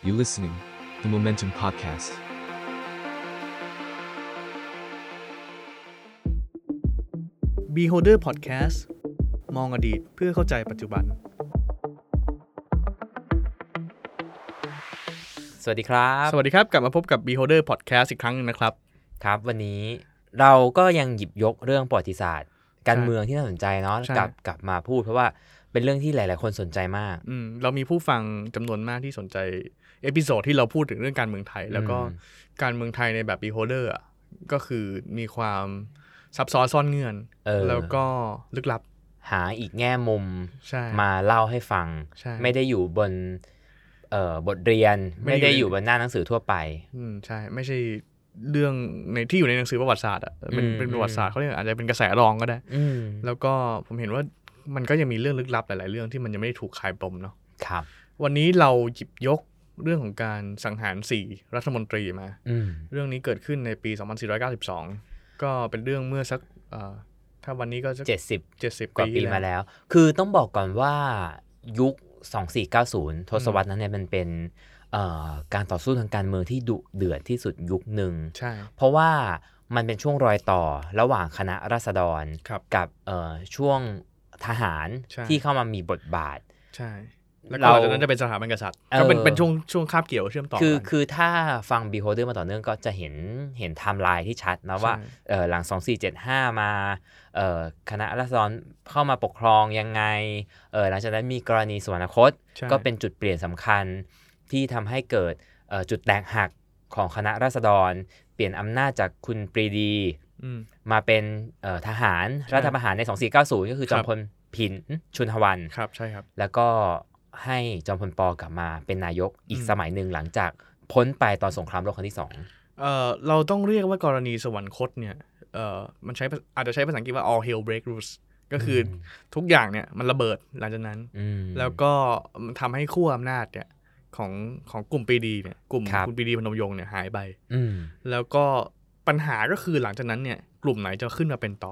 You're listening The Momentum Podcast Beholder Podcast มองอดีตเพื่อเข้าใจปัจจุบันสวัสดีครับสวัสดีครับกลับมาพบกับ Beholder Podcast อีกครั้งนึงนะครับครับวันนี้เราก็ยังหยิบยกเรื่องประวัติศาสตร์การเมืองที่น่าสนใจเนาะกลับมาพูดเพราะว่าเป็นเรื่องที่หลายๆคนสนใจมากเรามีผู้ฟังจำนวนมากที่สนใจเอพิโซดที่เราพูดถึงเรื่องการเมืองไทยแล้วก็การเมืองไทยในแบบ Beholder อ่ะก็คือมีความซับซ้อนซ่อนเงื่อนแล้วก็ลึกลับหาอีกแง่มุมมาเล่าให้ฟังไม่ได้อยู่บนบทเรียนไม่ได้อยู่บนหน้าหนังสือทั่วไปใช่ไม่ใช่เรื่องในที่อยู่ในหนังสือประวัติศาสตร์อ่ะเป็นประวัติศาสตร์เขาเรียกอาจจะเป็นกระแสรองก็ได้แล้วก็ผมเห็นว่ามันก็ยังมีเรื่องลึกลับหลายๆเรื่องที่มันยังไม่ได้ถูกคลายปมเนาะครับวันนี้เราหยิบยกเรื่องของการสังหาร4รัฐมนตรีมาเรื่องนี้เกิดขึ้นในปี2492ก็เป็นเรื่องเมื่อสักถ้าวันนี้ก็จะ70 กว่าปีมาแล้วคือต้องบอกก่อนว่ายุค2490ทศวรรษนั้นเนี่ยมันเป็นการต่อสู้ทางการเมืองที่ดุเดือดที่สุดยุคหนึ่งเพราะว่ามันเป็นช่วงรอยต่อระหว่างคณะราษฎรกับช่วงทหารที่เข้ามามีบทบาทใช่แล้วก็หลังจากนั้นจะเป็นสถาบันกษัตริย์ก็เป็นช่วงคาบเกี่ยวเชื่อมต่อคือถ้าฟัง Beholder มาต่อเนื่องก็จะเห็นไทม์ไลน์ที่ชัดนะว่าหลัง2475มาคณะราษฎรเข้ามาปกครองยังไงหลังจากนั้นมีกรณีสวรรคตก็เป็นจุดเปลี่ยนสำคัญที่ทำให้เกิดจุดแตกหักของคณะราษฎรเปลี่ยนอำนาจจากคุณปรีดีมาเป็นทหารรัฐประหารใน2490ก็คือจอมพลผินชุนทวันครับใช่ครับแล้วก็ให้จอมพลป.กลับมาเป็นนายกอีกสมัยหนึ่งหลังจากพ้นไปตอนสงครามโลกครั้งที่2 เราต้องเรียกว่ากรณีสวรรคตเนี่ยมันอาจจะใช้ภาษาอังกฤษว่า all hell break loose ก็คือทุกอย่างเนี่ยมันระเบิดหลังจากนั้นแล้วก็ทำให้ขั้วอำนาจเนี่ยของกลุ่มปรีดีเนี่ยกลุ่มคุณปรีดีพนมยงค์เนี่ยหายไปแล้วก็ปัญหาก็คือหลังจากนั้นเนี่ยกลุ่มไหนจะขึ้นมาเป็นต่อ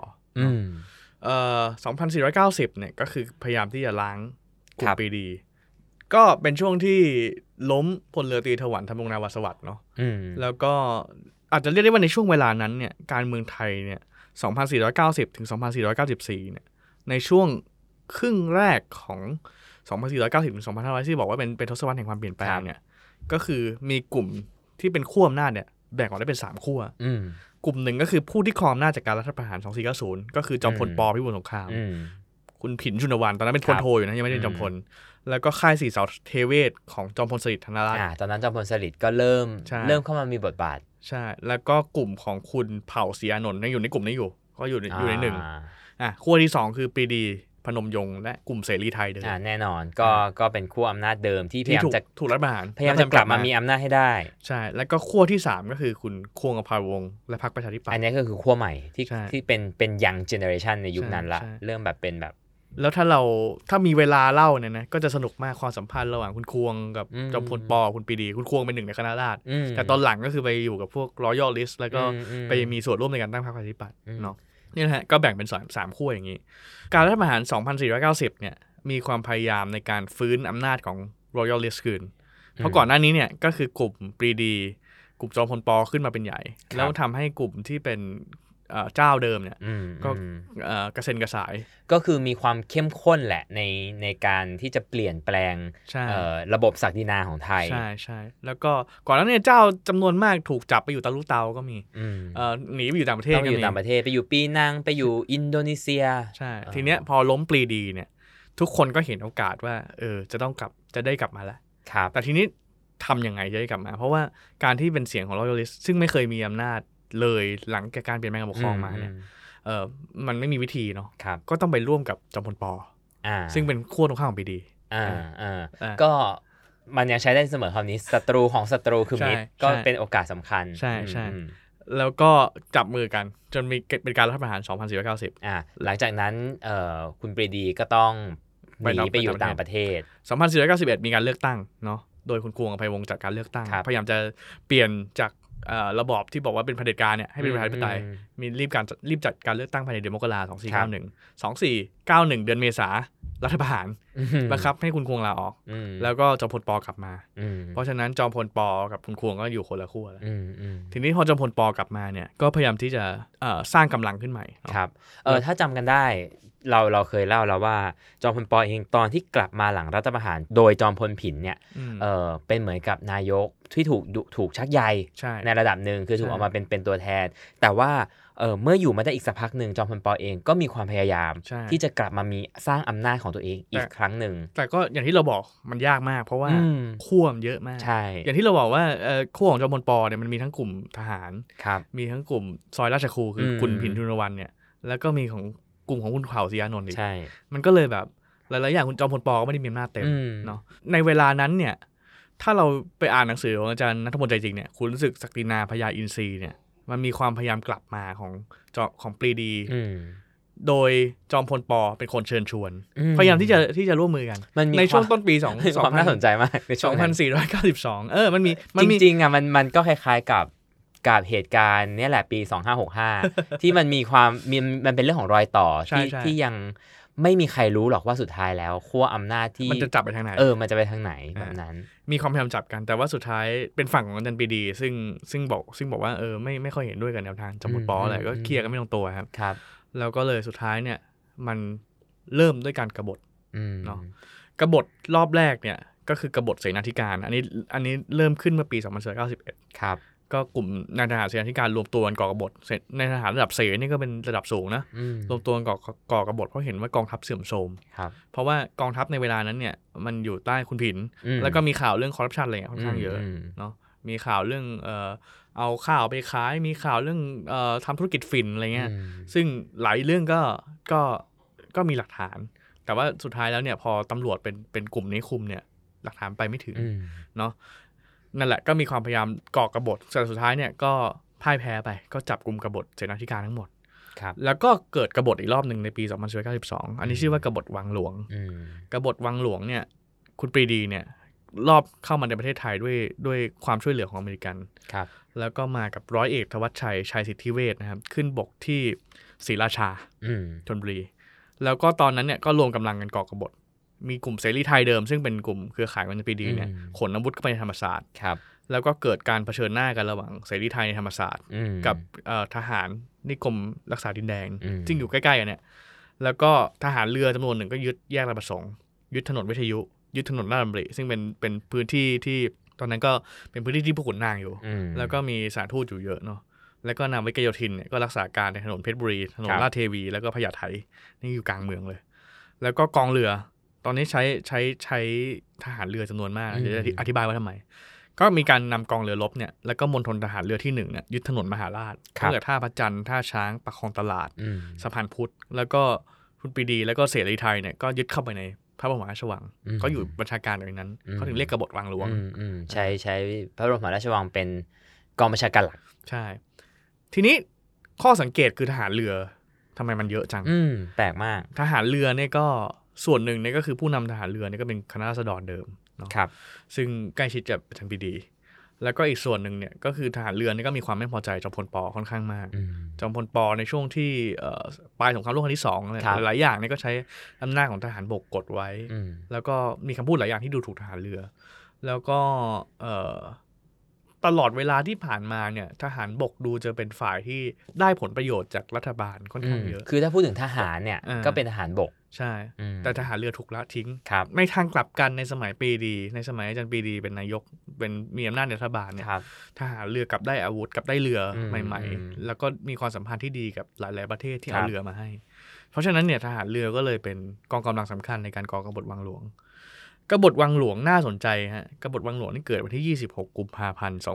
2490เนี่ยก็คือพยายามที่จะล้างกลุ่มปรีดีก็เป็นช่วงที่ล้มพลเรือตรีถวันธรรมรงนาวาสวัสดิ์เนาะแล้วก็อาจจะเรียกได้ว่าในช่วงเวลานั้นเนี่ยการเมืองไทยเนี่ย2490ถึง2494เนี่ยในช่วงครึ่งแรกของ2490ถึง2500ที่บอกว่าเป็นทศวรรษแห่งความเปลี่ยนแปลงเนี่ยก็คือมีกลุ่มที่เป็นขั้วอำนาจเนี่ยแบ่งออกได้เป็น3ขั้วกลุ่มหนึ่งก็คือผู้ที่ครองอำนาจจากการรัฐประหาร2490ก็คือจอมพลป.พิบูลสงครามคุณผินชุนวันตอนนั้นเป็นพลโทอยู่นะยังไม่ได้จอมพลแล้วก็ค่ายสี่เสาเทเวศของจอมพลสฤษดิ์ธนรัตน์ตอนนั้นจอมพลสฤษดิ์ก็เริ่มเข้ามามีบทบาทใช่แล้วก็กลุ่มของคุณเผ่าศรีอานนท์ยังอยู่ในกลุ่มนี้อยู่ก็อยู่ในหนึ่งขั้วที่2คือปรีดีพนมยงค์และกลุ่มเสรีไทยเดิมแน่นอนก็เป็นขั้วอำนาจเดิมที่พยายามจะถูกรัฐประหารพยายามจะกลับมามีอำนาจให้ได้ใช่แล้วก็ขั้วที่3ก็คือคุณควงอภัยวงศ์และพรรคประชาธิปัตย์อันนี้ก็คือขั้วใหม่ที่เป็นยังเจเนอเรชันในยุคนั้นละเริ่มแบบเป็นแบบแล้วถ้ามีเวลาเล่าเนี่ยนะก็จะสนุกมากความสัมพันธ์ระหว่างคุณควงกับจอมพลป.คุณปรีดีคุณควงเป็นหนึ่งในคณะราษฎรแต่ตอนหลังก็คือไปอยู่กับพวก Royalist แล้วก็ไปมีส่วนร่วมในการตั้งพรรคประชาธิปัตย์เนาะนี่นะฮะก็แบ่งเป็น3ขั้วอย่างนี้การรัฐประหาร2490เนี่ยมีความพยายามในการฟื้นอำนาจของ Royalist คืนเพราะก่อนหน้านี้เนี่ยก็คือกลุ่มปรีดีกลุ่มจอมพลป.ขึ้นมาเป็นใหญ่แล้วทำให้กลุ่มที่เป็นเจ้าเดิมเนี่ยก็กระเซ็นกระสายก็คือมีความเข้มข้นแหละในการที่จะเปลี่ยนแปลงระบบศักดินาของไทยใช่แล้วก็ก่อนหน้านี้เจ้าจำนวนมากถูกจับไปอยู่ตะลุเตาก็มีหนีไปอยู่ต่างประเทศต้องอยู่ต่างประเทศไปอยู่ปีนังไปอยู่อินโดนีเซียใช่ทีเนี้ยพอล้มปรีดีเนี่ยทุกคนก็เห็นโอกาสว่าจะได้กลับมาแล้วแต่ทีนี้ทำยังไงจะได้กลับมาเพราะว่าการที่เป็นเสียงของ Royalist ซึ่งไม่เคยมีอำนาจเลยหลังจากการเปลี่ยนแปลงการปกครองมาเนี่ยมันไม่มีวิธีเนาะก็ต้องไปร่วมกับจอมพลป.ซึ่งเป็นขั้วตรงข้ามของปรีดีก็มันยังใช้ได้เสมอคำนี้ศัตรูของศัตรูคือมิตรก็เป็นโอกาสสำคัญใช่แล้วก็จับมือกันจนมีเป็นการรัฐประหาร2490 หลังจากนั้นคุณปรีดีก็ต้องหนีไปอยู่ต่างประเทศ 2491มีการเลือกตั้งเนาะโดยคุณควงอภัยวงศ์จัดการเลือกตั้งพยายามจะเปลี่ยนจากระบอบที่บอกว่าเป็นเผด็จการเนี่ยให้เป็นประชาธิปไตยมีรีบจัดการเลือกตั้งภายในเดือนมกราคม2491เดือนเมษารัฐประหารบังคับให้คุณควงลาออกแล้วก็จอมพลป.กลับมาเพราะฉะนั้นจอมพลป.กับคุณควงก็อยู่คนละขั้วแล้วทีนี้พอจอมพลป.กลับมาเนี่ยก็พยายามที่จะสร้างกำลังขึ้นใหม่ครับถ้าจำกันได้เราเคยเล่าแล้วว่าจอมพลป.เองตอนที่กลับมาหลังรัฐประหารโดยจอมพลผินเนี่ยเป็นเหมือนกับนายกที่ถูกชักใยในระดับหนึ่งคือถูกเอามาเป็นตัวแทนแต่ว่าเมื่ออยู่มาได้อีกสักพักหนึ่งจอมพลป.เองก็มีความพยายามที่จะกลับมามีสร้างอำนาจของตัวเองอีกครั้งหนึ่งแต่ก็อย่างที่เราบอกมันยากมากเพราะว่าขั้วเยอะมากอย่างที่เราบอกว่าขั้วของจอมพลป.เนี่ยมันมีทั้งกลุ่มทหารมีทั้งกลุ่มซอยราชครูคือคุณผินทุนวันเนี่ยแล้วก็มีของกลุ่มของคุณเผ่าศรีอานนท์อีกมันก็เลยแบบหลายๆอย่างคุณจอมพลป.ก็ไม่ได้มีอำนาจเต็มเนาะในเวลานั้นเนี่ยถ้าเราไปอ่านหนังสือของอาจารย์ณัฐมนต์ใจจริงเนี่ยคุณรู้สึกศักดินาพญาอินทรีเนี่ยมันมีความพยายามกลับมาของปรีดีโดยจอมพลป.เป็นคนเชิญชวนพยายามที่จะร่วมมือกันในช่วงต้นปีความน่าสนใจมากในช่วง 2492มันจริงๆอ่ะมันก็คล้ายๆกับเหตุการณ์นี่แหละปี2565ที่มันมีความมันเป็นเรื่องของรอยต่อที่ยังไม่มีใครรู้หรอกว่าสุดท้ายแล้วขั้วอำนาจที่มันจะจับไปทางไหนมันจะไปทางไหนแบบนั้นมีความพยายามจับกันแต่ว่าสุดท้ายเป็นฝั่งของอาจารย์ปรีดีซึ่งบอกว่าไม่ค่อยเห็นด้วยกับแนวทางจอมพลป.อะไรก็เคลียร์กันไม่ลงตัวครับแล้วก็เลยสุดท้ายเนี่ยมันเริ่มด้วยการกบฏเนาะกบฏรอบแรกเนี่ยก็คือกบฏเสนาธิการอันนี้เริ่มขึ้นเมื่อปี2491ครับก็กลุ่มนายทหารเสนาธิการรวมตัวกันก่อกบฏในทหารระดับเสนานี่ก็เป็นระดับสูงนะรวมตัวกันก่อกบฏเพราะเห็นว่ากองทัพเสื่อมโทรมเพราะว่ากองทัพในเวลานั้นเนี่ยมันอยู่ใต้คุณผินแล้วก็มีข่าวเรื่องคอร์รัปชันอะไรค่อนข้างเยอะเนาะมีข่าวเรื่องเอาข้าวไปขายมีข่าวเรื่องทำธุรกิจฝิ่นอะไรเงี้ยซึ่งหลายเรื่องก็มีหลักฐานแต่ว่าสุดท้ายแล้วเนี่ยพอตำรวจเป็นกลุ่มนี้คุมเนี่ยหลักฐานไปไม่ถึงเนาะนั่นแหละก็มีความพยายามก่อกบฏแต่สุดท้ายเนี่ยก็พ่ายแพ้ไปก็จับกลุ่มกบฏเสนาธิการทั้งหมดแล้วก็เกิดกบฏอีกรอบนึงในปี2492อันนี้ชื่อว่ากบฏวังหลวงกบฏวังหลวงเนี่ยคุณปรีดีเนี่ยรอบเข้ามาในประเทศไทยด้วยความช่วยเหลือของอเมริกันแล้วก็มากับร้อยเอกธวัชชัยชัยสิทธิเวชนะครับขึ้นบกที่ศรีราชาธนบุรีแล้วก็ตอนนั้นเนี่ยก็รวมกำลังกันก่อกบฏมีกลุ่มเสรีไทยเดิมซึ่งเป็นกลุ่มเครือข่ายของอาจารย์ปรีดีเนี่ยขนอาวุธเข้าไปในธรรมศาสตร์แล้วก็เกิดการเผชิญหน้ากันระหว่างเสรีไทยในธรรมศาสตร์กับทหารนิคมรักษาดินแดงซึ่งอยู่ใกล้ๆกันเนี่ยแล้วก็ทหารเรือจำนวนหนึ่งก็ยึดแยกราชประสงค์ยึดถนนวิทยุยึดถนนราชดำริซึ่งเป็นพื้นที่ที่ตอนนั้นก็เป็นพื้นที่ที่พวกขุนนางอยู่แล้วก็มีสถานทูตอยู่เยอะเนาะแล้วก็นาวิกโยธินเนี่ยก็รักษาการในถนนเพชรบุรีถนนลาดเทวีแล้วก็พญาไทนี่อยู่กลางเมืองเลยแล้วก็กองเรือตอนนี้ใช้ทหารเรือจำนวนมากเดี๋ยวจะอธิบายว่าทำไมก็มีการนำกองเรือรบเนี่ยแล้วก็มณฑลทหารเรือที่1เนี่ยยึดถนนมหาราชตั้งแต่ท่าพระจันทร์ท่าช้างปากคลองตลาดสะพานพุทธแล้วก็คุณปรีดีแล้วก็เสรีไทยเนี่ยก็ยึดเข้าไปในพระบรมราชวังก็อยู่บัญชาการอย่างนั้นเขาถึงเรียกกบฏวังหลวงใช้พระบรมราชวังเป็นกองบัญชาการหลักใช่ทีนี้ข้อสังเกตคือทหารเรือทำไมมันเยอะจังแปลกมากทหารเรือเนี่ยก็ส่วนหนึ่งเนี่ยก็คือผู้นำทหารเรือเนี่ยก็เป็นคณะราษฎรเดิมเนาะซึ่งใกล้ชิดกับอาจารย์ปรีดีแล้วก็อีกส่วนหนึ่งเนี่ยก็คือทหารเรือนี่ก็มีความไม่พอใจจอมพลป.ค่อนข้างมากจอมพลป.ในช่วงที่ปลายสงครามโลกครั้งที่2เนี่ยหลายอย่างเนี่ยก็ใช้อำนาจของทหารบกกดไว้แล้วก็มีคำพูดหลายอย่างที่ดูถูกทหารเรือแล้วก็ตลอดเวลาที่ผ่านมาเนี่ยทหารบกดูจะเป็นฝ่ายที่ได้ผลประโยชน์จากรัฐบาลค่อนข้างเยอะคือถ้าพูดถึงทหารเนี่ยก็เป็นทหารบกใช่แต่ทหารเรือถูกละทิ้งไม่ทางกลับกันในสมัยปรีดีในสมัยอาจารย์ปรีดีเป็นนายกเป็นมีอำนาจในรัฐบาลเนี่ยทหารเรือกลับได้อาวุธกลับได้เรือใหม่ๆแล้วก็มีความสัมพันธ์ที่ดีกับหลายๆประเทศที่เอาเรือมาให้เพราะฉะนั้นเนี่ยทหารเรือก็เลยเป็นกองกำลังสำคัญในการก่อกบฏวังหลวงกบฏวังหลวงน่าสนใจฮะกบฏวังหลวงนี่เกิดวันที่26กุมภาพันธ์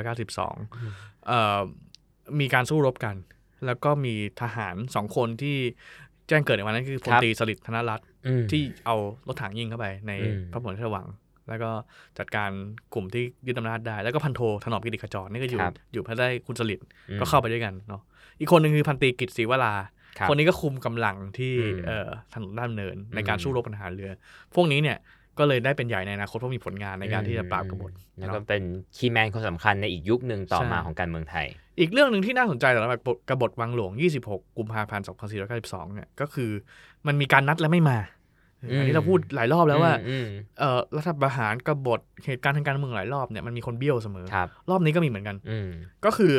2492มีการสู้รบกันแล้วก็มีทหาร2คนที่แจ้งเกิดในวันนั้นคือพลตรีสฤษดิ์ธนรัตน์ที่เอารถถังยิงเข้าไปในพระบรมราชวังแล้วก็จัดการกลุ่มที่ยึดอำนาจได้แล้วก็พันโทถนอมกิติขจรนี่ก็อยู่ภายใต้คุณสฤษดิ์ก็เข้าไปด้วยกันเนาะอีกคนนึงคือพันตรีกิตติศรีวราคนนี้ก็คุมกำลังที่ถนนด้านเนินในการสู้รบกับทหารเรือพวกนี้เนี่ยก็เลยได้เป็นใหญ่ในอนาคตเพราะมีผลงานในการที่จะปราบกบฏแล้วก็เป็นคีย์แมนคนสำคัญในอีกยุคนึงต่อมาของการเมืองไทยอีกเรื่องนึงที่น่าสนใจสำหรับกบฏวังหลวง26กุมภาพันธ์2492เนี่ยก็คือมันมีการนัดและไม่มาอันนี้เราพูดหลายรอบแล้วว่ารัฐประหารกบฏเหตุการณ์ทางการเมืองหลายรอบเนี่ยมันมีคนเบี้ยวเสมอรอบนี้ก็มีเหมือนกันก็คือ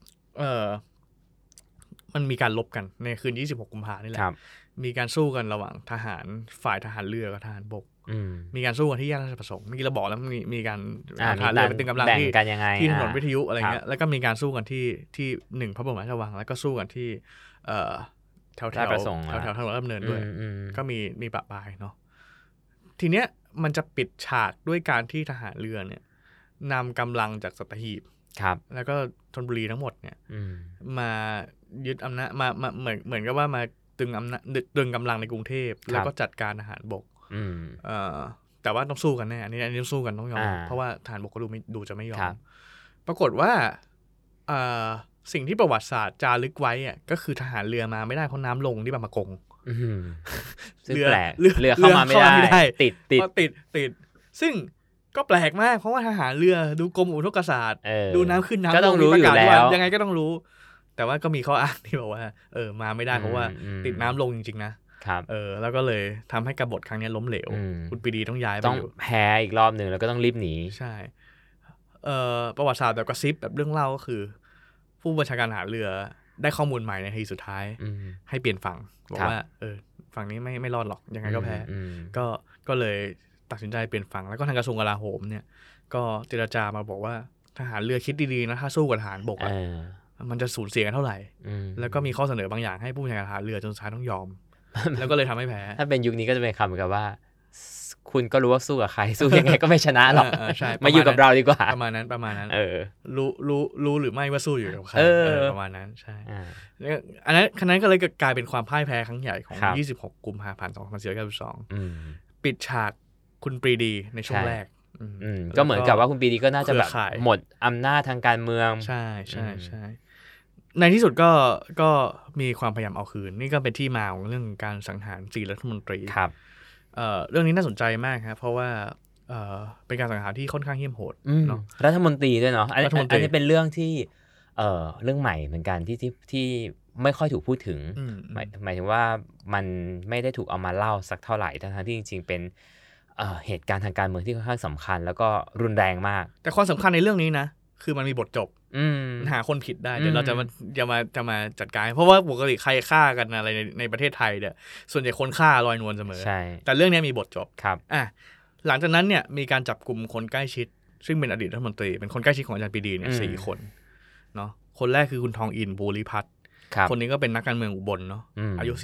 มันมีการลบกันในคืน26กุมภาพันธ์นี่แหละมีการสู้กันระหว่างทหารฝ่ายทหารเรือกับทหารบกมีการสู้กันที่แยกราชประสงค์เมื่อกี้เราบอกแล้วมีการทหารเรือเป็นตึงกำลังที่ถนนวิทยุอะไรเงี้ยแล้วก็มีการสู้กันที่1พระบรมราชวังแล้วก็สู้กันที่แถวถนนราชดำเนินด้วยก็มีปะปายเนาะทีเนี้ยมันจะปิดฉากด้วยการที่ทหารเรือเนี่ยนำกำลังจากสัตหีบแล้วก็ธนบุรีทั้งหมดเนี่ยมายึดอำนาจมาเหมือนกับว่ามาตึงกำลังในกรุงเทพแล้วก็จัดการทหารบกแต่ว่าต้องสู้กันแน่อันนี้ต้องสู้กันต้องยอมเพราะว่าทหารบกก็ดูจะไม่ยอมปรากฏว่าสิ่งที่ประวัติศาสตร์จารึกไว้อะก็คือทหารเรือมาไม่ได้เพราะน้ำลงที่บางปะกงเรือเข้ามาไม่ได้ติดซึ่งก็แปลกมากเพราะว่าทหารเรือดูกรมอุทกศาสตร์ดูน้ำขึ้นน้ำลงประกาศว่ายังไงก็ต้องรู้แต่ว่าก็มีข้ออ้างที่บอกว่ามาไม่ได้เพราะว่าติดน้ำลงจริงๆนะครับแล้วก็เลยทำให้กบฏครั้งนี้ล้มเหลวคุณปรีดีต้องย้ายไปต้องแพ้อีกรอบนึงแล้วก็ต้องรีบหนีใช่ประวัติศาสตร์แบบกระซิบแบบเรื่องเล่าก็คือผู้บัญชาการทหารเรือได้ข้อมูลใหม่ในทีสุดท้ายให้เปลี่ยนฝั่งบอกว่าฝั่งนี้ไม่รอดหรอกยังไงก็แพ้ก็เลยตัดสินใจเปลี่ยนฝั่งแล้วก็ทางกระทรวงกลาโหมเนี่ยก็เจรจามาบอกว่าทหารเรือคิดดีๆนะถ้าสู้กับทหารบกมันจะสูญเสียกันเท่าไหร่แล้วก็มีข้อเสนอบางอย่างให้ผู้บัญชาการทหารเรือจนสุดท้ายต้องยอมแล้วก็เลยทำให้แพ้ถ้าเป็นยุคนี้ก็จะเป็นคำเหมือนกับว่าคุณก็รู้ว่าสู้กับใครสู้ยังไงก็ไม่ชนะหรอกมาอยู่กับเราดีกว่าประมาณนั้นรู้หรือไม่ว่าสู้อยู่กับใครประมาณนั้นใช่อันนั้นก็เลยกลายเป็นความพ่ายแพ้ครั้งใหญ่ของ26กุมภาพันธ์2492ปิดฉากคุณปรีดีในช่วงแรกก็เหมือนกับว่าคุณปรีดีก็น่าจะแบบหมดอำนาจทางการเมืองใช่ในที่สุดก็มีความพยายามเอาคืนนี่ก็เป็นที่มาของเรื่องการสังหาร4รัฐมนตรีครับเรื่องนี้น่าสนใจมากครับเพราะว่าเป็นการสังหารที่ค่อนข้างเหี้ยมโหดเนาะรัฐมนตรีด้วยเนาะอันนี้เป็นเรื่องที่เรื่องใหม่เหมือนกันที่ไม่ค่อยถูกพูดถึงหมายถึงว่ามันไม่ได้ถูกเอามาเล่าสักเท่าไหร่ทั้งที่จริงๆเป็นเหตุการณ์ทางการเมืองที่ค่อนข้างสำคัญแล้วก็รุนแรงมากแต่ความสำคัญในเรื่องนี้นะคือมันมีบทจบหาคนผิดได้เดี๋ยวเราจะมาจัดการเพราะว่าปกติใครฆ่ากันอะไรในประเทศไทยเนี่ยส่วนใหญ่คนฆ่าลอยนวลเสมอแต่เรื่องนี้มีบทจบหลังจากนั้นเนี่ยมีการจับกลุ่มคนใกล้ชิดซึ่งเป็นอดีตรัฐมนตรีเป็นคนใกล้ชิดของอาจารย์ปรีดีเนี่ย4 คนเนาะคนแรกคือคุณทองอินภูริพัฒน์คนนี้ก็เป็นนักการเมืองอุบลเนาะอายุ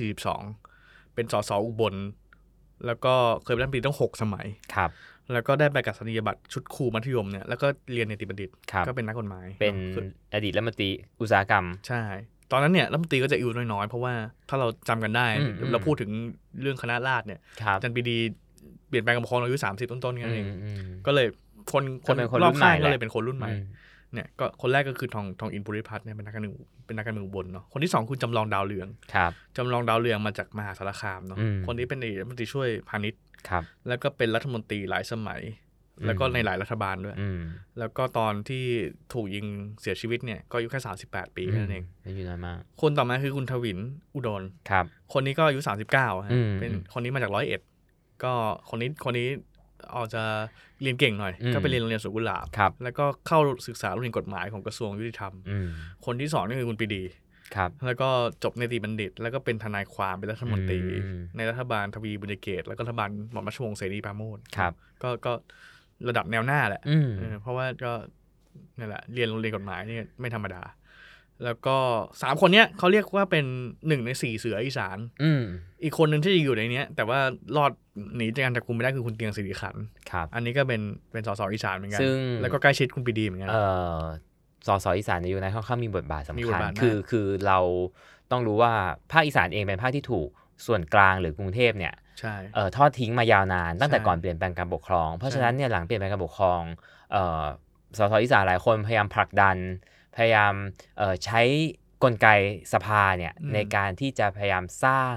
42เป็นสสอุบลแล้วก็เคยเป็นรัฐมนตรีต้อง6 สมัยแล้วก็ได้ใบกัศนียบัตรชุดครูมัธยมเนี่ยแล้วก็เรียนเนติบัณฑิตก็เป็นนักกฎหมายเป็นอดีตรัฐมนตรีอุตสาหกรรมใช่ตอนนั้นเนี่ยรัฐมนตรีก็จะอายุน้อยๆเพราะว่าถ้าเราจำกันได้เราพูดถึงเรื่องคณะราษฎรเนี่ยอาจารย์ปรีดีเปลี่ยนแปลงการปกครองอายุ30ต้นๆกันเองก็เลยคนรอบข้างก็เลยเป็นคนรุ่นใหม่เนี่ยก็คนแรกก็คือทองอินภูริพัฒน์เนี่ยเป็นนักการเมืองอุบลเนาะคนที่2คือจำลองดาวเรืองจำลองดาวเรืองมาจากมหาสารคามเนาะคนนี้เป็นอดีตรัฐมนตรีช่วยพาณิชย์แล้วก็เป็นรัฐมนตรีหลายสมัยแล้วก็ในหลายรัฐบาลด้วยแล้วก็ตอนที่ถูกยิงเสียชีวิตเนี่ยก็อายุแค่38 ปีนั่นเองอายุน้อยมากคนต่อมาคือคุณทวินอุดรคนนี้ก็อายุ39เป็นคนนี้มาจาก101ก็คนนี้ออกจะเรียนเก่งหน่อยก็ไปเรียนโรงเรียนสวนกุหลาบแล้วก็เข้าศึกษาเรียนกฎหมายของกระทรวงยุติธรรมคนที่2นี่คือคุณปรีดีแล้วก็จบเนติบัณฑิตแล้วก็เป็นทนายความเป็นรัฐมนตรีในรัฐบาลทวีบุญเกตแล้วก็รัฐบาลหม่อมราชวงศ์เสรีปราโมชก็ระดับแนวหน้าแหละเพราะว่าก็นี่แหละเรียนโรงเรียนกฎหมายนี่ไม่ธรรมดาแล้วก็3 คนเนี้ยเขาเรียกว่าเป็น1 ใน 4เสืออีสานอีกคนนึงที่อยู่ในนี้แต่ว่ารอดหนีจากการจับกุมไม่ได้คือคุณเตียงสิริขันธ์อันนี้ก็เป็นสสอีสานเหมือนกันแล้วก็ใกล้ชิดคุณปรีดีเหมือนกันสสอีสานในยุคนั้นค่อนข้างมีบทบาทสำคัญคือเราต้องรู้ว่าภาคอีสานเองเป็นภาคที่ถูกส่วนกลางหรือกรุงเทพเนี่ยทอดทิ้งมายาวนานตั้งแต่ก่อนเปลี่ยนแปลงการปกครองเพราะฉะนั้นเนี่ยหลังเปลี่ยนแปลงการปกครองสสอีสานหลายคนพยายามผลักดันพยายามใช้กลไกสภาเนี่ยในการที่จะพยายามสร้าง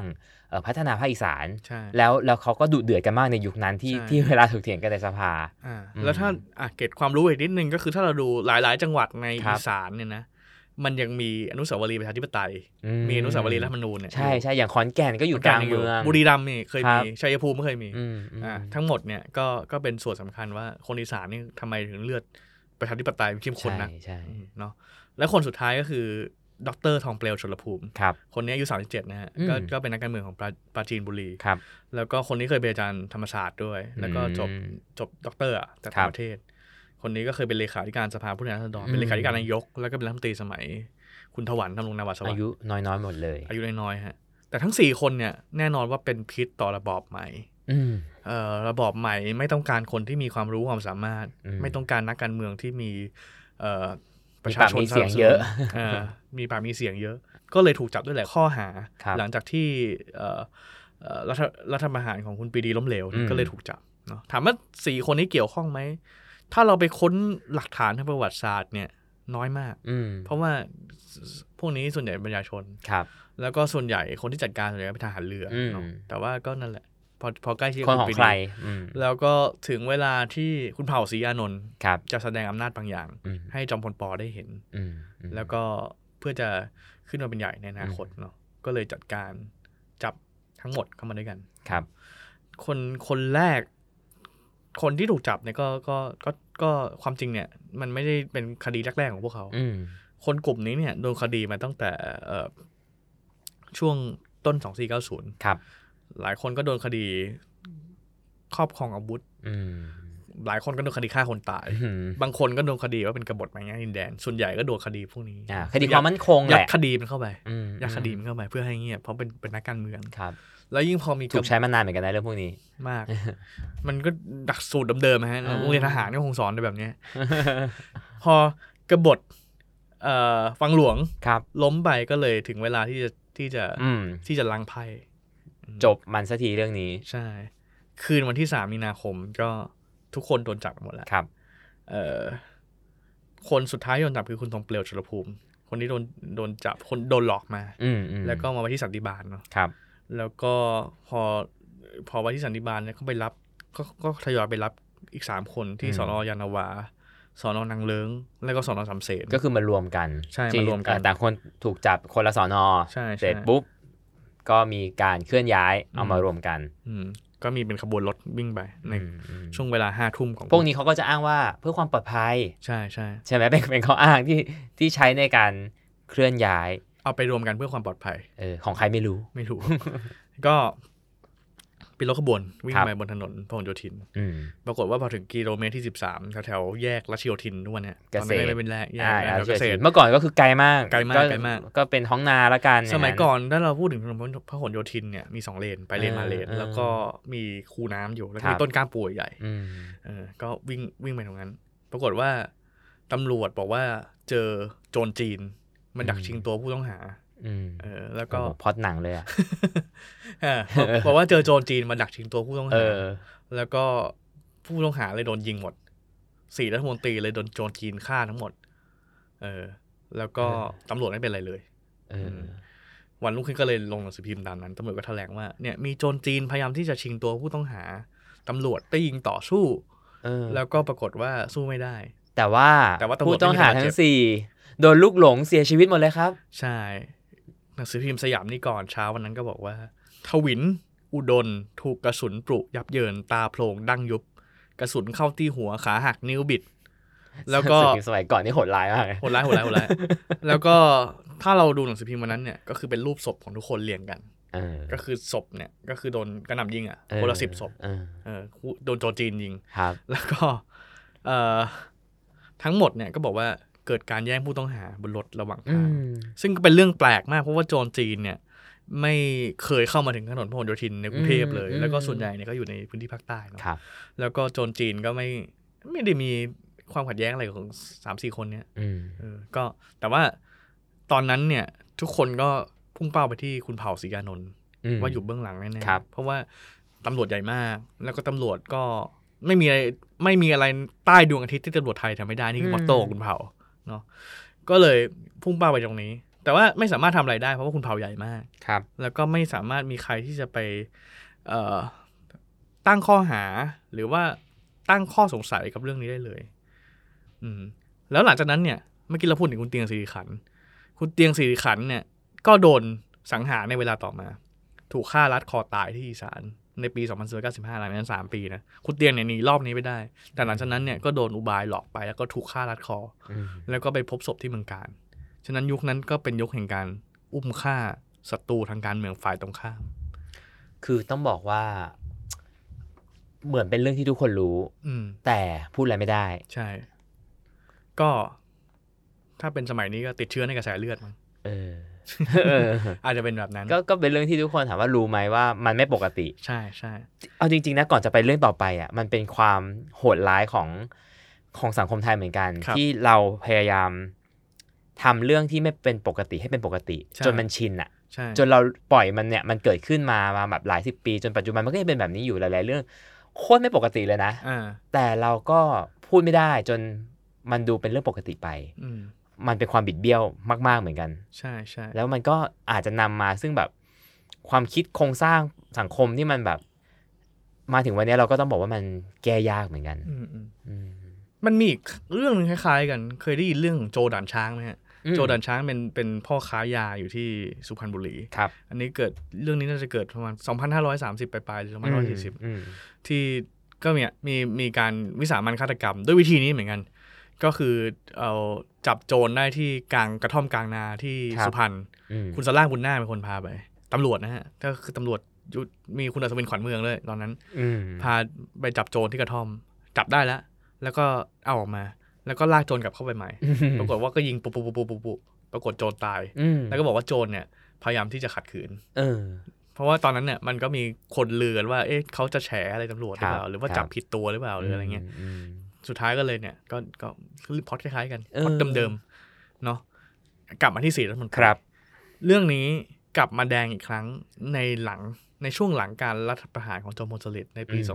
พัฒนาภาคอีสานแล้วเขาก็ดุเดือดกันมากในยุคนั้นที่เวลาถกเถียงกันในสภาแล้วถ้าเก็บความรู้อีกนิดนึงก็คือถ้าเราดูหลายๆจังหวัดในอีสานเนี่ยนะมันยังมีอนุสาวรีย์ประชาธิปไตยมีอนุสาวรีย์รัฐธรรมนูญเนี่ยใช่อย่างขอนแก่นก็อยู่กลางเมืองบุรีรัมย์นี่เคยมีชัยภูมิก็เคยมีทั้งหมดเนี่ยก็เป็นส่วนสำคัญว่าคนอีสานนี่ทำไมถึงเลือดประชาธิปไตยเข้มข้นนะเนาะแล้วคนสุดท้ายก็คือดร.ทองเปลวชลภูมิคนนี้อายุ37นะฮะก็เป็นนักการเมืองของปราจีนบุรีแล้วก็คนนี้เคยเป็นอาจารย์ธรรมศาสตร์ด้วยแล้วก็จบด็อกเตอร์จากต่างประเทศคนนี้ก็เคยเป็นเลขาธิการสภาผู้แทนราษฎรเป็นเลขาธิการนายกแล้วก็เป็นรัฐมนตรีสมัยคุณถวันทำรงนาวาสวัสดิ์อายุน้อยๆหมดเลยอายุน้อยๆฮะแต่ทั้ง4คนเนี่ยแน่นอนว่าเป็นพิษต่อระบอบใหม่ระบอบใหม่ไม่ต้องการคนที่มีความรู้ความสามารถไม่ต้องการนักการเมืองที่มีประชาชนมีเสียงเยอะมีปากมีเสียงเยอะก็เลยถูกจับด้วยหลายข้อหาหลังจากที่รัฐประหารของคุณปรีดีล้มเหลวก็เลยถูกจับเนาะถามว่า4คนนี้เกี่ยวข้องไหมถ้าเราไปค้นหลักฐานทางประวัติศาสตร์เนี่ยน้อยมากเพราะว่าพวกนี้ส่วนใหญ่เป็นประชาชนแล้วก็ส่วนใหญ่คนที่จัดการส่วนใหญ่เป็นทหารเรือเนาะแต่ว่าก็นั่นแหละพอใกล้ชิดคนของใครแล้วก็ถึงเวลาที่คุณเผ่าศรีอานนท์จะแสดงอำนาจบางอย่างให้จอมพลป.ได้เห็นแล้วก็เพื่อจะขึ้นมาเป็นใหญ่ในอนาคตเนาะก็เลยจัดการจับทั้งหมดเข้ามาด้วยกันครับคนแรกคนที่ถูกจับเนี่ยก็ความจริงเนี่ยมันไม่ได้เป็นคดีแรกๆของพวกเขาคนกลุ่มนี้เนี่ยโดนคดีมาตั้งแต่ช่วงต้น2490 ครับหลายคนก็โดนคดีครอบครองอาวุธหลายคนก็โดนคดีฆ่าคนตายบางคนก็โดนคดีว่าเป็นกบฏหมายง่ายดินแดนส่วนใหญ่ก็โดนคดีพวกนี้คดีความมั่นคงแหละยัดคดีมันเข้าไปยัดคดีมันเข้าไปเพื่อให้เงียบเพราะเป็นนักการเมืองแล้วยิ่งพอมีถูกใช้มานานเหมือนกันนะเรื่องพวกนี้มากมันก็ดักสูตรเดิมๆฮะโรงเรียนทหารก็คงสอนในแบบนี้พอกบฏวังหลวงล้มไปก็เลยถึงเวลาที่จะล้างไพ่จบมันสักทีเรื่องนี้ใช่คืนวันที่3 มีนาคมก็ทุกคนโดนจับหมดแล้วคนสุดท้ายโดนจับคือคุณทองเปลวชลภูมิคนที่โดนจับคนโดนหลอกมาแล้วก็มาไว้ที่สันติบาลเนาะแล้วก็พอไว้ที่สันติบาลเนี่ยเขาไปรับก็ทยอยไปรับอีก3คนที่สน.ยานาวาสน.นางเลิ้งแล้วก็สน.สำเสนก็คือมารวมกันใช่มารวมกันต่างคนถูกจับคนละสน.เสร็จปุ๊บก็มีการเคลื่อนย้ายเอามารวมกันก็มีเป็นขบวนรถวิ่งไปในช่วงเวลา 5 ทุ่มของพวกนี้เขาก็จะอ้างว่าเพื่อความปลอดภัยใช่ใช่ใช่ไหมเป็นข้ออ้างที่ใช้ในการเคลื่อนย้ายเอาไปรวมกันเพื่อความปลอดภัยของใครไม่รู้ก็เป็นรถขบวนวิ่งไปบนถนนพหลโยธินปรากฏว่าพอถึงกิโลเมตรที่13แถวๆแยกรัชโยธินทุกวันเนี่ยตอนนี้ไม่เป็นแยกเกษตรเมื่อก่อนก็คือไกลมากก็เป็นท้องนาละกันสมัยก่อนถ้าเราพูดถึงถนนพหลโยธินเนี่ยมี2เลนไปเลนมาเลนแล้วก็มีคูน้ำอยู่แล้วมีต้นกล้ามปูใหญ่ก็วิ่งไปตรงนั้นปรากฏว่าตำรวจบอกว่าเจอโจรจีนมันดักชิงตัวผู้ต้องหาแล้วก็พอดหนังเลยอ่ะบอกว่าเจอโจรจีนมาดักชิงตัวผู้ต้องหาแล้วก็ผู้ต้องหาเลยโดนยิงหมด4 รัฐมนตรีเลยโดนโจรจีนฆ่าทั้งหมดแล้วก็ตำรวจไม่เป็นไรเลยวันรุ่งขึ้นก็เลยลงหนังสือพิมพ์ตามนั้นตำรวจก็แถลงว่าเนี่ยมีโจรจีนพยายามที่จะชิงตัวผู้ต้องหาตำรวจได้ยิงต่อสู้แล้วก็ปรากฏว่าสู้ไม่ได้แต่ว่าผู้ต้องหาทั้ง4โดนลูกหลงเสียชีวิตหมดเลยครับใช่หนังสือพิมพ์สยามนิกรเช้าวันนั้นก็บอกว่าทวินอุดมถูกกระสุนปลุกยับเยินตาโพลงดั้งยุบกระสุนเข้าที่หัวขาหักนิ้วบิดแล้วก็สมัยก่อนนี่โหดร้ายมากโหดร้ายแล้วก็ถ้าเราดูหนังสือพิมพ์วันนั้นเนี่ยก็คือเป็นรูปศพของทุกคนเรียงกันก็คือศพเนี่ยก็คือโดนกระหน่ำยิงคนละ10 ศพโดนโจรจีนยิงแล้วก็ทั้งหมดเนี่ยก็บอกว่าเกิดการแย่งผู้ต้องหาบนรถระหว่างทางซึ่งก็เป็นเรื่องแปลกมากเพราะว่าโจรจีนเนี่ยไม่เคยเข้ามาถึงถนนพหลโยธินในกรุงเทพเลยแล้วก็ส่วนใหญ่เนี่ยก็อยู่ในพื้นที่ภาคใต้เนาะแล้วก็โจรจีนก็ไม่ได้มีความขัดแย้งอะไรของ 3-4 คนเนี่ยก็แต่ว่าตอนนั้นเนี่ยทุกคนก็พุ่งเป้าไปที่คุณเผ่าศรีอานนท์ว่าอยู่เบื้องหลังแน่ๆเพราะว่าตำรวจใหญ่มากแล้วก็ตำรวจก็ไม่มีอะไรใต้ดวงอาทิตย์ที่ตำรวจไทยทำไม่ได้นี่คือมอตโต้ของคุณเผ่าเนาะก็เลยพุ่งเป้าไปตรงนี้แต่ว่าไม่สามารถทำอะไรได้เพราะว่าคุณเผาใหญ่มากครับแล้วก็ไม่สามารถมีใครที่จะไปตั้งข้อหาหรือว่าตั้งข้อสงสัยกับเรื่องนี้ได้เลยแล้วหลังจากนั้นเนี่ยเมื่อกี้เราพูดถึงคุณเตียงสิริขันธ์คุณเตียงสิริขันธ์เนี่ยก็โดนสังหารในเวลาต่อมาถูกฆ่ารัดคอตายที่อีสานในปี2495หลังจากนั้น3ปีนะคุณเตียงเนี่ยหนีรอบนี้ไม่ได้แต่หลังจากนั้นเนี่ยก็โดนอุบายหลอกไปแล้วก็ถูกฆ่ารัดคอแล้วก็ไปพบศพที่เมืองกาญฉะนั้นยุคนั้นก็เป็นยุคแห่งการอุ้มฆ่าศัตรูทางการเมืองฝ่ายตรงข้ามคือต้องบอกว่าเหมือนเป็นเรื่องที่ทุกคนรู้แต่พูดอะไรไม่ได้ใช่ก็ถ้าเป็นสมัยนี้ก็ติดเชื้อในกระแสเลือดมั้งอาจจะเป็นแบบนั้นก็เป็นเรื่องที่ทุกคนถามว่ารู้ไหมว่ามันไม่ปกติใช่ใช่เอาจริงๆนะก่อนจะไปเรื่องต่อไปอ่ะมันเป็นความโหดร้ายของสังคมไทยเหมือนกันที่เราพยายามทำเรื่องที่ไม่เป็นปกติให้เป็นปกติจนมันชินอ่ะจนเราปล่อยมันเนี่ยมันเกิดขึ้นมาแบบหลาย10ปีจนปัจจุบันมันก็ยังเป็นแบบนี้อยู่หลายๆเรื่องโคตรไม่ปกติเลยนะแต่เราก็พูดไม่ได้จนมันดูเป็นเรื่องปกติไปมันเป็นความบิดเบี้ยวมากๆเหมือนกันใช่ใช่แล้วมันก็อาจจะนำมาซึ่งแบบความคิดโครงสร้างสังคมที่มันแบบมาถึงวันนี้เราก็ต้องบอกว่ามันแก้ยากเหมือนกันมันมีอีกเรื่องนึงคล้ายๆกันเคยได้ยินเรื่องโจด่านช้างไหมฮะโจด่านช้างเป็นพ่อค้ายาอยู่ที่สุพรรณบุรีครับอันนี้เกิดเรื่องนี้น่าจะเกิดประมาณ2530ปลายๆหรือ2540ที่ก็มีการวิสามัญฆาตกรรมด้วยวิธีนี้เหมือนกันก็คือเอาจับโจรได้ที่กลางกระท่อมกลางนาที่สุพรรณคุณสล่างบุญนาเป็นคนพาไปตำรวจนะฮะก็คือตำรวจมีคุณอัศวินขวัญเมืองเลยตอนนั้นพาไปจับโจรที่กระท่อมจับได้แล้วก็เอาออกมาแล้วก็ลากโจรกลับเข้าไปใหม่ปรากฏว่าก็ยิงปุ๊บปรากฏโจรตายแล้วก็บอกว่าโจรเนี่ยพยายามที่จะขัดขืนเพราะว่าตอนนั้นเนี่ยมันก็มีคนลือกันว่าเขาจะแฉอะไรตำรวจหรือเปล่าหรือว่าจับผิดตัวหรือเปล่าหรืออะไรเงี้ยสุดท้ายก็เลยเนี่ยก็พล็อตคล้ายๆกันพล็อตเดิมๆเนาะกลับมาที่4รัฐมนตรีเรื่องนี้กลับมาแดงอีกครั้งในช่วงหลังการรัฐประหารของจอมพลสฤษดิ์ในปี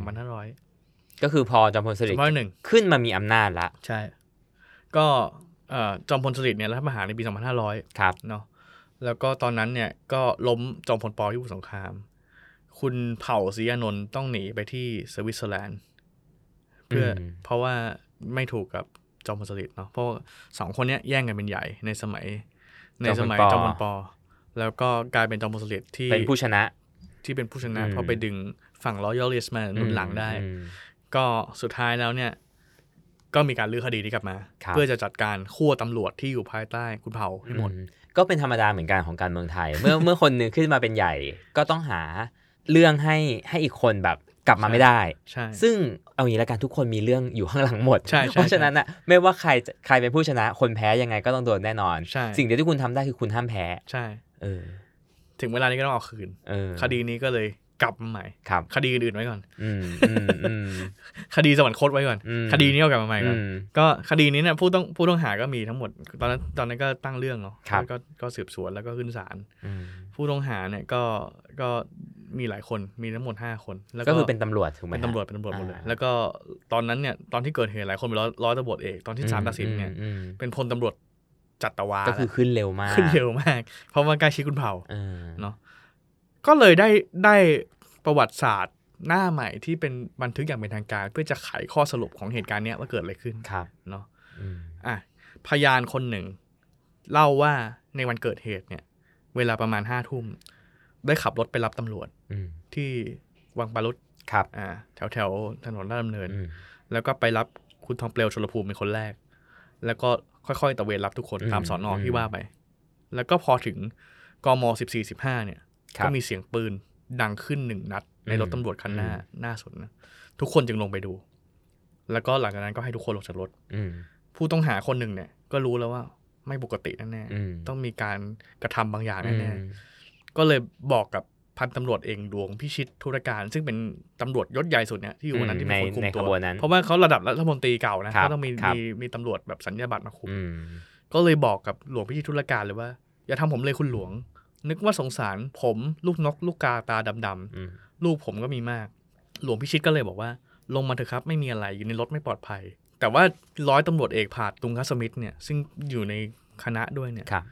2500 ก็คือพอจอมพลสฤษดิ์ขึ้นมามีอำนาจละใช่ก็จอมพลสฤษดิ์เนี่ยรัฐประหารในปี2500 ครับเนาะแล้วก็ตอนนั้นเนี่ยก็ล้มจอมพลป.พิบูลสงครามคุณเผ่าศรีอานนท์ต้องหนีไปที่สวิตเซอร์แลนด์เพราะว่าไม่ถูกกับจอมพลสฤษดิ์เนาะเพราะ2คนนี้แย่งกันเป็นใหญ่ในสมัยจอมพลป.แล้วก็กลายเป็นจอมพลสฤษดิ์ที่เป็นผู้ชนะเพราะไปดึงฝั่งรอยัลลิสต์มาหนุนหลังได้ก็สุดท้ายแล้วเนี่ยก็มีการลื้อคดีนี้กลับมาเพื่อจะจัดการขั้วตำรวจที่อยู่ภายใต้คุณเผ่าให้หมดก็เป็นธรรมดาเหมือนกันของการเมืองไทยเมื่อคนนึงขึ้นมาเป็นใหญ่ก็ต้องหาเรื่องให้อีกคนแบบกลับมาไม่ได้ซึ่งเอางี้ละกันทุกคนมีเรื่องอยู่ข้างหลังหมดเพราะฉะนั้นน่ะไม่ว่าใครเป็นผู้ชนะคนแพ้ยังไงก็ต้องโดนแน่นอนสิ่งเดียวที่คุณทำได้คือคุณห้ามแพ้ใช่ถึงเวลานี้ก็ต้องเอาคืนคดีนี้ก็เลยกลับมาใหม่คดีอื่นๆไว้ก่อนคดีสวรรคตไว้ก่อนคดีนี้เอากลับมาใหม่ก่อนก็คดีนี้เนี่ยผู้ต้องหาก็มีทั้งหมดตอนนั้นก็ตั้งเรื่องเนาะก็สืบสวนแล้วก็ขึ้นศาลผู้ต้องหาเนี่ยก็มีหลายคนมีทั้งหมด5คนแล้วก็คือเป็นตำรวจถูกไหมเป็นตำรวจหมดเลยแล้วก็ตอนนั้นเนี่ยตอนที่เกิดเหตุหลายคนเป็นร้อยตำรวจเอกตอนที่ศาลตัดสินเนี่ยเป็นพลตำรวจจัตวาก็คือขึ้นเร็วมากเพราะว่าใกล้ชิดคุณเผ่าเนาะก็เลยได้ประวัติศาสตร์หน้าใหม่ที่เป็นบันทึกอย่างเป็นทางการเพื่อจะไขข้อสรุปของเหตุการณ์นี้ว่าเกิดอะไรขึ้นเนาะพยานคนหนึ่งเล่าว่าในวันเกิดเหตุเนี่ยเวลาประมาณ5 ทุ่มได้ขับรถไปรับตำรวจที่วังปารุตแถวถนนราชดำเนินแล้วก็ไปรับคุณทองเปลวชลภูมิเป็นคนแรกแล้วก็ค่อยๆตะเวนรับทุกคนตามสน.ที่ว่าไปแล้วก็พอถึงกม14-15เนี่ยก็มีเสียงปืนดังขึ้น1 นัดในรถตำรวจคันหน้าสุดนะทุกคนจึงลงไปดูแล้วก็หลังจากนั้นก็ให้ทุกคนลงจากรถผู้ต้องหาคนหนึ่งเนี่ยก็รู้แล้วว่าไม่ปกติแน่ๆต้องมีการกระทำบางอย่างแน่ๆก็เลยบอกกับพันตำรวจเอกดวงพิชิตธุรการซึ่งเป็นตำรวจยศใหญ่สุดเนี่ยที่อยู่วันนั้นที่เป็นคนคุมตัวเพราะว่าเขาระดับรัฐมนตรีเก่านะก็ต้องมีตำรวจแบบสัญญาบัตรมาคุมก็เลยบอกกับหลวงพิชิตธุรการเลยว่าอย่าทำผมเลยคุณหลวงนึกว่าสงสารผมลูกนกลูกกาตาดำๆลูกผมก็มีมากหลวงพิชิตก็เลยบอกว่าลงมาเถอะครับไม่มีอะไรอยู่ในรถไม่ปลอดภัยแต่ว่าร้อยตำรวจเอกผาดตุงคสมิทธิ์เนี่ยซึ่งอยู่ในคณะด้วยเนี่ย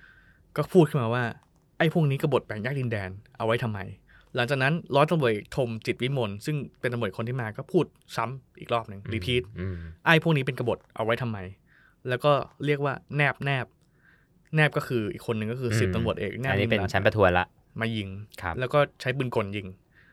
ก็พูดขึ้นมาว่าไอ้พวกนี้กบฏแบ่งแยกดินแดนเอาไว้ทำไมหลังจากนั้นร้อยตำรวจธมจิตวิมลซึ่งเป็นตำรวจคนที่มาก็พูดซ้ำอีกรอบหนึ่งรีพีทไอ้พวกนี้เป็นกบฏเอาไว้ทำไมแล้วก็เรียกว่าแนบก็คืออีกคนหนึ่งก็คือ10ตำรวจเอกแนบอันนี้เป็นชั้นประทวนละมายิงแล้วก็ใช้ปืนกลยิง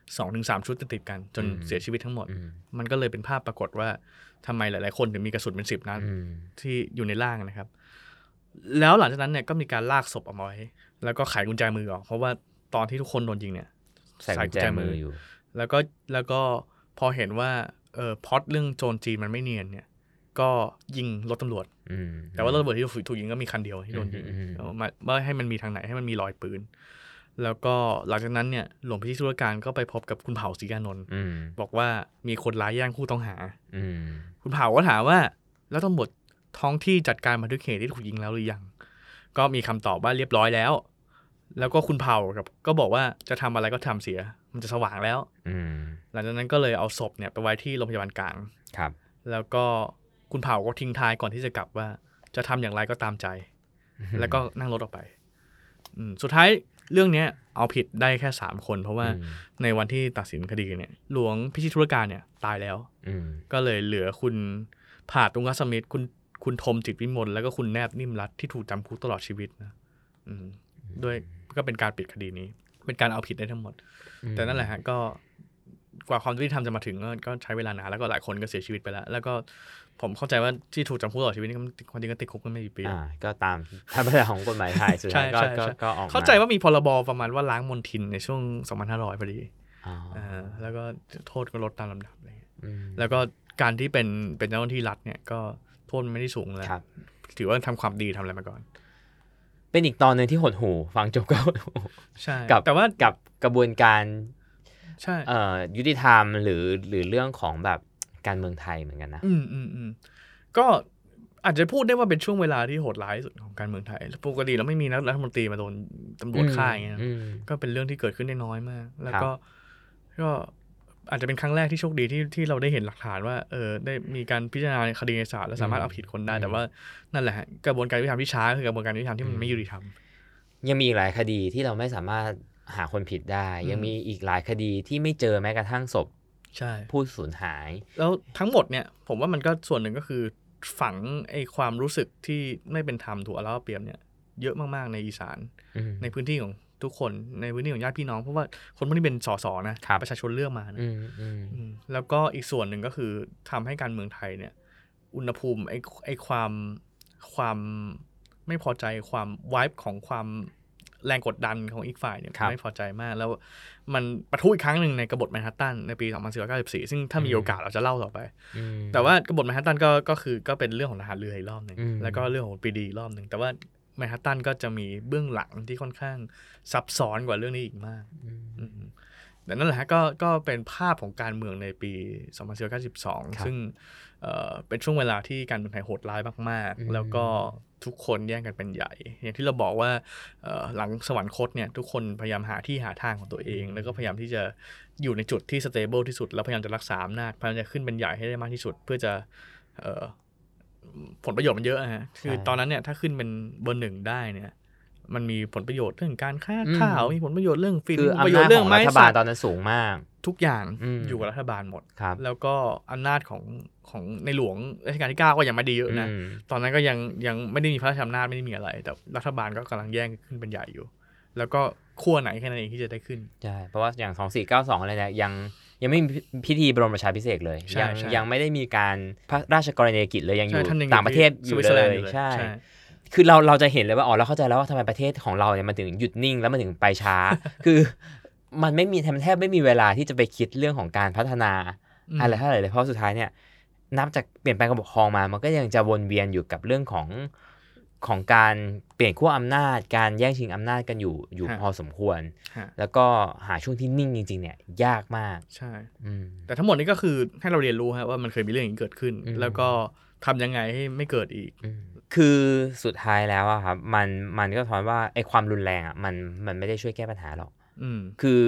2-3 ชุดติดกันจนเสียชีวิตทั้งหมดมันก็เลยเป็นภาพปรากฏว่าทำไมหลายๆคนถึงมีกระสุนเป็น10 นัดที่อยู่ในร่างนะครับแล้วหลังจากนั้นเนี่ยก็มีการลากศพออกมาไว้แล้วก็ไขกุญแจมือออกเพราะว่าตอนที่ทุกคนโดนยิงเนี่ยใส่กุญแจมืออยู่แล้วก็พอเห็นว่าพล็อตเรื่องโจรจีนมันไม่เนียนเนี่ยก็ยิงรถตำรวจแต่ว่ารถตำรวจที่ถูกยิงก็มีคันเดียวที่โดนยิงไม่ให้มันมีทางไหนให้มันมีรอยปืนแล้วก็หลังจากนั้นเนี่ยหลวงพี่ธุรการก็ไปพบกับคุณเผ่าศรีอานนท์บอกว่ามีคนร้ายแย่งผู้ต้องหาคุณเผ่าก็ถามว่าแล้วตำรวจท้องที่จัดการบันทึกเหตุที่ถูกยิงแล้วหรือยังก็มีคำตอบว่าเรียบร้อยแล้วก็คุณเผ่าก็บอกว่าจะทำอะไรก็ทำเสียมันจะสว่างแล้วหลังจากนั้นก็เลยเอาศพเนี่ยไปไว้ที่โรงพยาบาลกลางแล้วก็คุณเผ่าก็ทิ้งท้ายก่อนที่จะกลับว่าจะทำอย่างไรก็ตามใจแล้วก็นั่งรถออกไปสุดท้ายเรื่องนี้เอาผิดได้แค่3 คนเพราะว่าในวันที่ตัดสินคดีเนี่ยหลวงพิชิตธุรการเนี่ยตายแล้วก็เลยเหลือคุณผาดตุงกสมิทธิ์คุณธมจิตวิมลแล้วก็คุณแนบนิ่มรัตน์ที่ถูกจำคุกตลอดชีวิตนะด้วยก็เป็นการปิดคดีนี้เป็นการเอาผิดได้ทั้งหมดแต่นั่นแหละฮะก็กว่าความยุติธรรมจะมาถึงก็ใช้เวลานานแล้วก็หลายคนก็เสียชีวิตไปแล้วแล้วก็ผมเข้าใจว่าที่ถูกจำคุกตลอดชีวิตนี่ความจริงก็ติดคุกกันไม่กี่ปีก็ตามธรรมดาของกฎหมายไทยสุดท้ายก็ออกมาเข้าใจว่ามีพรบประมาณว่าล้างมลทินในช่วง 2500 พอดีแล้วก็โทษก็ลดตามลำดับอะไรเงี้ยแล้วก็การที่เป็นเจ้าหน้าที่รัฐเนี่ยก็โทษไม่ได้สูงเลยถือว่าทำความดีทำอะไรมาก่อนเป็นอีกตอนนึงที่หดหูฟังจบก็ใช่แต่ว่ากับกระบวนการใช่ยุติธรรมหรือเรื่องของแบบการเมืองไทยเหมือนกันนะก็อาจจะพูดได้ว่าเป็นช่วงเวลาที่โหดร้ายที่สุดของการเมืองไทยปกติเราไม่มีรัฐมนตรีมาโดนตำรวจฆ่าอย่างเงี้ยก็เป็นเรื่องที่เกิดขึ้นได้น้อยมากแล้วก็อาจจะเป็นครั้งแรกที่โชคดีที่เราได้เห็นหลักฐานว่าได้มีการพิจารณาคดีในศาลและสามารถเอาผิดคนได้แต่ว่านั่นแหละกระบวนการยุติธรรมที่ช้าคือกระบวนการยุติธรรมที่มันไม่ยุติธรรมยังมีอีกหลายคดีที่เราไม่สามารถหาคนผิดได้ยังมีอีกหลายคดีที่ไม่เจอแม้กระทั่งศพผู้สูญหายแล้วทั้งหมดเนี่ยผมว่ามันก็ส่วนหนึ่งก็คือฝังไอ้ความรู้สึกที่ไม่เป็นธรรมถูกเอารัดเอาเปรียบเนี่ยเยอะมากๆในอีสานในพื้นที่ของทุกคนในพื้นที่ของญาติพี่น้องเพราะว่าคนพวกนี้เป็นส.ส.นะประชาชนเลือกมานะแล้วก็อีกส่วนหนึ่งก็คือทำให้การเมืองไทยเนี่ยอุณหภูมิไอ้ความไม่พอใจความไวบ์ของความแรงกดดันของอีกฝ่ายเนี่ยไม่พอใจมากแล้วมันปะทุอีกครั้งหนึ่งในกบฏแมนฮัตตันในปี 2494 ซึ่งถ้ามีโอกาสเราจะเล่าต่อไปแต่ว่ากบฏแมนฮัตตันก็เป็นเรื่องของทหารเรืออีกรอบนึงแล้วก็เรื่องของปรีดีอีกรอบนึงแต่ว่าแมนฮัตตันก็จะมีเบื้องหลังที่ค่อนข้างซับซ้อนกว่าเรื่องนี้อีกมากแต่นั่นแหละฮะก็เป็นภาพของการเมืองในปี 2492 ซึ่งเป็นช่วงเวลาที่การเมืองไทยโหดร้ายมากๆแล้วก็ทุกคนแย่งกันเป็นใหญ่อย่างที่เราบอกว่าหลังสวรรคตเนี่ยทุกคนพยายามหาที่หาทางของตัวเองแล้วก็พยายามที่จะอยู่ในจุดที่สเตเบิลที่สุดแล้วพยายามจะรักษาอำนาจพยายามจะขึ้นเป็นใหญ่ให้ได้มากที่สุดเพื่อจะผลประโยชน์มันเยอะฮะคือตอนนั้นเนี่ยถ้าขึ้นเป็นเบอร์ 1ได้เนี่ยมันมีผลประโยชน์เรื่องการค้าข้าวมีผลประโยชน์เรื่องฟินประโยชน์เรื่องไม้รัฐบาลตอนนั้นสูงมากทุกอย่างอยู่กับรัฐบาลหมดแล้วก็อำนาจของในหลวงรัชกาลที่9ก็ยังไม่ดีเยอะนะตอนนั้นก็ยังไม่ได้มีพระราชอำนาจไม่ได้มีอะไรแต่รัฐบาลก็กำลังแย่งขึ้นเป็นใหญ่อยู่แล้วก็ขั้วไหนแค่นั้นเองที่จะได้ขึ้นใช่เพราะว่าอย่าง2492อะไรเนี่ยยังไม่มีพิธีบรมราชาภิเษกเลยยังไม่ได้มีการพระราชกรณียกิจเลยยังอยู่ต่างประเทศอยู่เลยใช่คือเราจะเห็นเลยว่าเราเข้าใจแล้วว่าทำไมประเทศของเราเนี่ยมันถึงหยุดนิ่งแล้วมันถึงไปช้าคือมันไม่มีแทบไม่มีเวลาที่จะไปคิดเรื่องของการพัฒนาอะไรเท่าไหร่เลยเพราะสุดท้ายเนี่ยนับจากเปลี่ยนแปลงการปกครองมามันก็ยังจะวนเวียนอยู่กับเรื่องของการเปลี่ยนขั้วอำนาจการแย่งชิงอำนาจกันอยู่พอสมควรแล้วก็หาช่วงที่นิ่งจริงๆเนี่ยยากมากใช่แต่ทั้งหมดนี้ก็คือให้เราเรียนรู้ฮะว่ามันเคยมีเรื่องอย่างนี้เกิดขึ้นแล้วก็ทำยังไงให้ไม่เกิดอีกคือสุดท้ายแล้วอะครับมันก็สะท้อนว่าไอ้ความรุนแรงอะมันไม่ได้ช่วยแก้ปัญหาหรอกคือ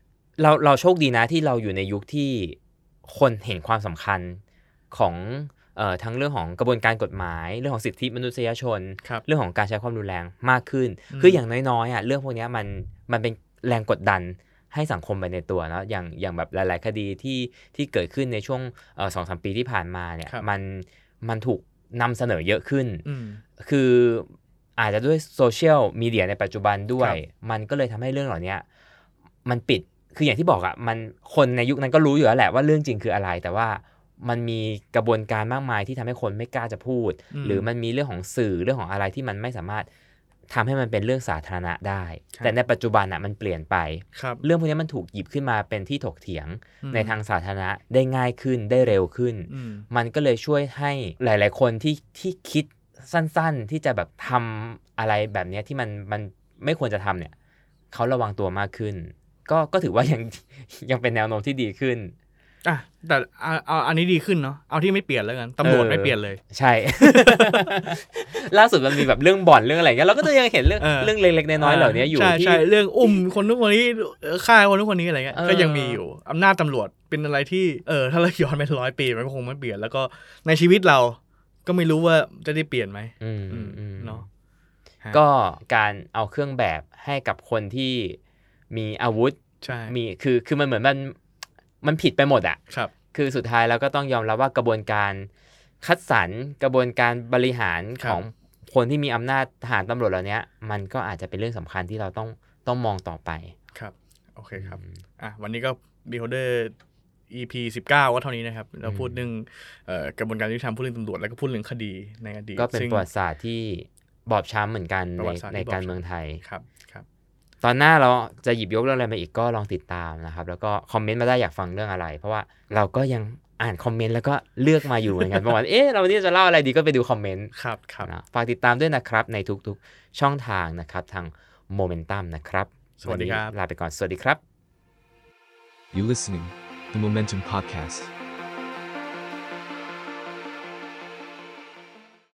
เราโชคดีนะที่เราอยู่ในยุคที่คนเห็นความสำคัญของทั้งเรื่องของกระบวนการกฎหมายเรื่องของสิทธิมนุษยชนเรื่องของการใช้ความรุนแรงมากขึ้นคืออย่างน้อยๆอ่ะเรื่องพวกนี้มันเป็นแรงกดดันให้สังคมไปในตัวเนาะอย่างแบบหลายๆคดีที่เกิดขึ้นในช่วง2-3 ปีที่ผ่านมาเนี่ยมันถูกนำเสนอเยอะขึ้นคืออาจจะด้วยโซเชียลมีเดียในปัจจุบันด้วยมันก็เลยทำให้เรื่องเหล่านี้มันปิดคืออย่างที่บอกอ่ะมันคนในยุคนั้นก็รู้อยู่แล้วแหละว่าเรื่องจริงคืออะไรแต่ว่ามันมีกระบวนการมากมายที่ทำให้คนไม่กล้าจะพูดหรือมันมีเรื่องของสื่อเรื่องของอะไรที่มันไม่สามารถทำให้มันเป็นเรื่องสาธารณะได้แต่ในปัจจุบันอ่ะมันเปลี่ยนไปเรื่องพวกนี้มันถูกหยิบขึ้นมาเป็นที่ถกเถียงในทางสาธารณะได้ง่ายขึ้นได้เร็วขึ้นมันก็เลยช่วยให้หลายๆคนที่คิดสั้นๆที่จะแบบทำอะไรแบบนี้ที่มันไม่ควรจะทำเนี่ยเขาระวังตัวมากขึ้นก็ถือว่ายังเป็นแนวโน้มที่ดีขึ้นแต่เอาอันนี้ดีขึ้นเนาะเอาที่ไม่เปลี่ยนแล้วกันตำรวจไม่เปลี่ยนเลยใช่ ล่าสุดมันมีแบบเรื่องบ่อนเรื่องอะไรเงี้ยเราก็จะยังเห็นเรื่องเล็กๆน้อยๆเหล่านี้อยู่ที่ใช่เรื่องคนนู้นคนนี้ฆ่าคนนู้นคนนี้อะไรเงี้ยก็ยังมีอยู่อำนาจตำรวจเป็นอะไรที่ถ้าเราย้อนไป100 ปีมันคงไม่เปลี่ยนแล้วก็ในชีวิตเราก็ไม่รู้ว่าจะได้เปลี่ยนไหมเนาะก็การเอาเครื่องแบบให้กับคนที่มีอาวุธมีคือมันเหมือนมันผิดไปหมดอ่ะคือสุดท้ายแล้วก็ต้องยอมรับว่ากระบวนการคัดสรรกระบวนการบริหารของคนที่มีอำนาจทหารตำรวจเหล่านี้มันก็อาจจะเป็นเรื่องสำคัญที่เราต้องมองต่อไปครับโอเคครับวันนี้ก็ Beholder EP 19ก็เท่านี้นะครับเราพูดเรื่องกระบวนการยุติธรรมพูดเรื่องตำรวจแล้วก็พูดเรื่องคดีในอดีตก็เป็นประวัติศาสตร์ที่บอบช้ำเหมือนกันในการเมืองไทยครับตอนหน้าเราจะหยิบยกเรื่องอะไรมาอีกก็ลองติดตามนะครับแล้วก็คอมเมนต์มาได้อยากฟังเรื่องอะไรเพราะว่าเราก็ยังอ่านคอมเมนต์แล้วก็เลือกมาอยู่เหมือนกันประมาณเราวันนี้จะเล่าอะไรดีก็ไปดูคอมเมนต์ครับฝากติดตามด้วยนะครับในทุกๆช่องทางนะครับทาง Momentum นะครับสวัสดีครับลาไปก่อนสวัสดีครับ You listening the Momentum Podcast